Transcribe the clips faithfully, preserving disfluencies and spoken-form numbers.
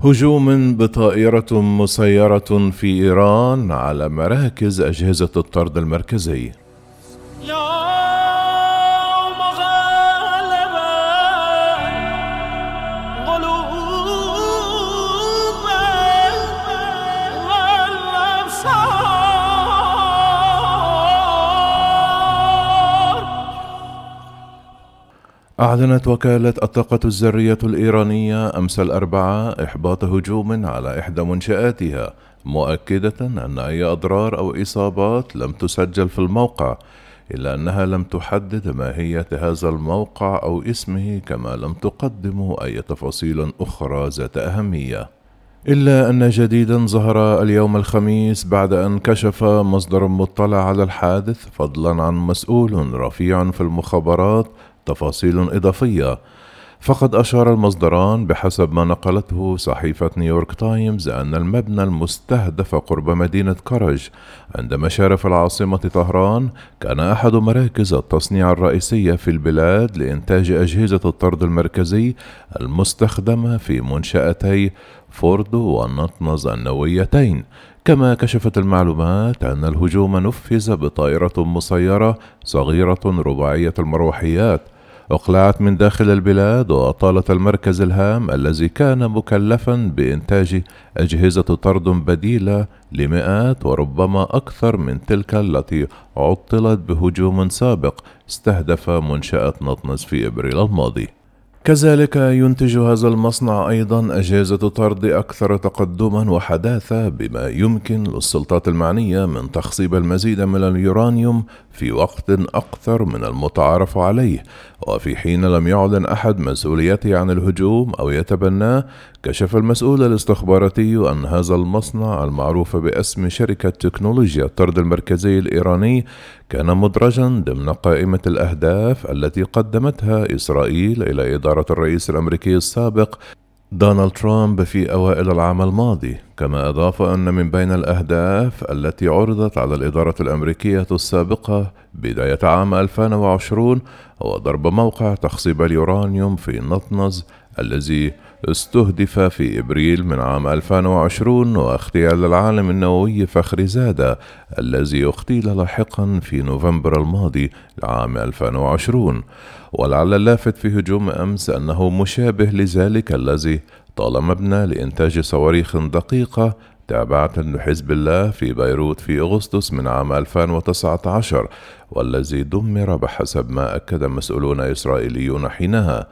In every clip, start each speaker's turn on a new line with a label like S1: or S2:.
S1: هجوم بطائرة مسيرة في إيران على مراكز أجهزة الطرد المركزي. أعلنت وكالة الطاقة الذرية الإيرانية أمس الأربعاء إحباط هجوم على إحدى منشآتها، مؤكدة أن أي أضرار أو إصابات لم تسجل في الموقع، إلا أنها لم تحدد ماهية هذا الموقع أو اسمه، كما لم تقدم أي تفاصيل أخرى ذات أهمية. إلا أن جديدا ظهر اليوم الخميس بعد أن كشف مصدر مطلع على الحادث، فضلا عن مسؤول رفيع في المخابرات، تفاصيل إضافية. فقد أشار المصدران بحسب ما نقلته صحيفة نيويورك تايمز أن المبنى المستهدف قرب مدينة كرج عند مشارف العاصمة طهران كان أحد مراكز التصنيع الرئيسية في البلاد لإنتاج أجهزة الطرد المركزي المستخدمة في منشأتي فوردو والنطنز النوويتين. كما كشفت المعلومات أن الهجوم نفذ بطائرة مسيرة صغيرة رباعية المروحيات، أقلعت من داخل البلاد وأطالت المركز الهام الذي كان مكلفا بإنتاج أجهزة طرد بديلة لمئات وربما أكثر من تلك التي عطلت بهجوم سابق استهدف منشأة نطنز في إبريل الماضي. كذلك ينتج هذا المصنع أيضا أجهزة طرد أكثر تقدما وحداثة، بما يمكن للسلطات المعنية من تخصيب المزيد من اليورانيوم في وقت أكثر من المتعارف عليه. وفي حين لم يعلن أحد مسؤوليته عن الهجوم أو يتبناه، كشف المسؤول الاستخباراتي أن هذا المصنع المعروف باسم شركة تكنولوجيا الطرد المركزي الإيراني كان مدرجا ضمن قائمة الأهداف التي قدمتها إسرائيل إلى إدارة الرئيس الأمريكي السابق دونالد ترامب في أوائل العام الماضي. كما أضاف أن من بين الأهداف التي عرضت على الإدارة الأمريكية السابقة بداية عام ألفين وعشرين هو ضرب موقع تخصيب اليورانيوم في نطنز الذي استهدف في إبريل من عام ألفين وعشرين، واغتيال العالم النووي فخري زادة الذي اغتيل لاحقا في نوفمبر الماضي لعام ألفين وعشرين. ولعل اللافت في هجوم أمس أنه مشابه لذلك الذي طال مبنى لإنتاج صواريخ دقيقة تابعة لحزب الله في بيروت في أغسطس من عام ألفين وتسعة عشر، والذي دمر بحسب ما أكد مسؤولون إسرائيليون حينها.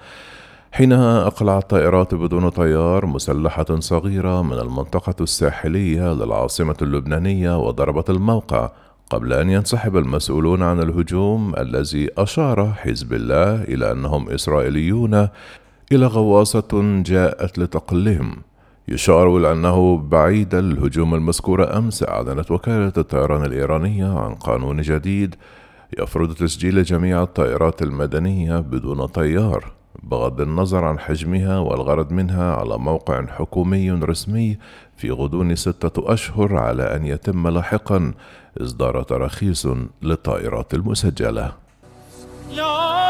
S1: حينها أقلعت طائرات بدون طيار مسلحة صغيرة من المنطقة الساحلية للعاصمة اللبنانية وضربت الموقع، قبل أن ينسحب المسؤولون عن الهجوم الذي أشار حزب الله إلى أنهم إسرائيليون إلى غواصة جاءت لتقلهم. يشار إلى أنه بعيد الهجوم المذكور أمس أعلنت وكالة الطيران الإيرانية عن قانون جديد يفرض تسجيل جميع الطائرات المدنية بدون طيار بغض النظر عن حجمها والغرض منها على موقع حكومي رسمي في غضون ستة أشهر، على أن يتم لاحقا إصدار تراخيص للطائرات المسجلة.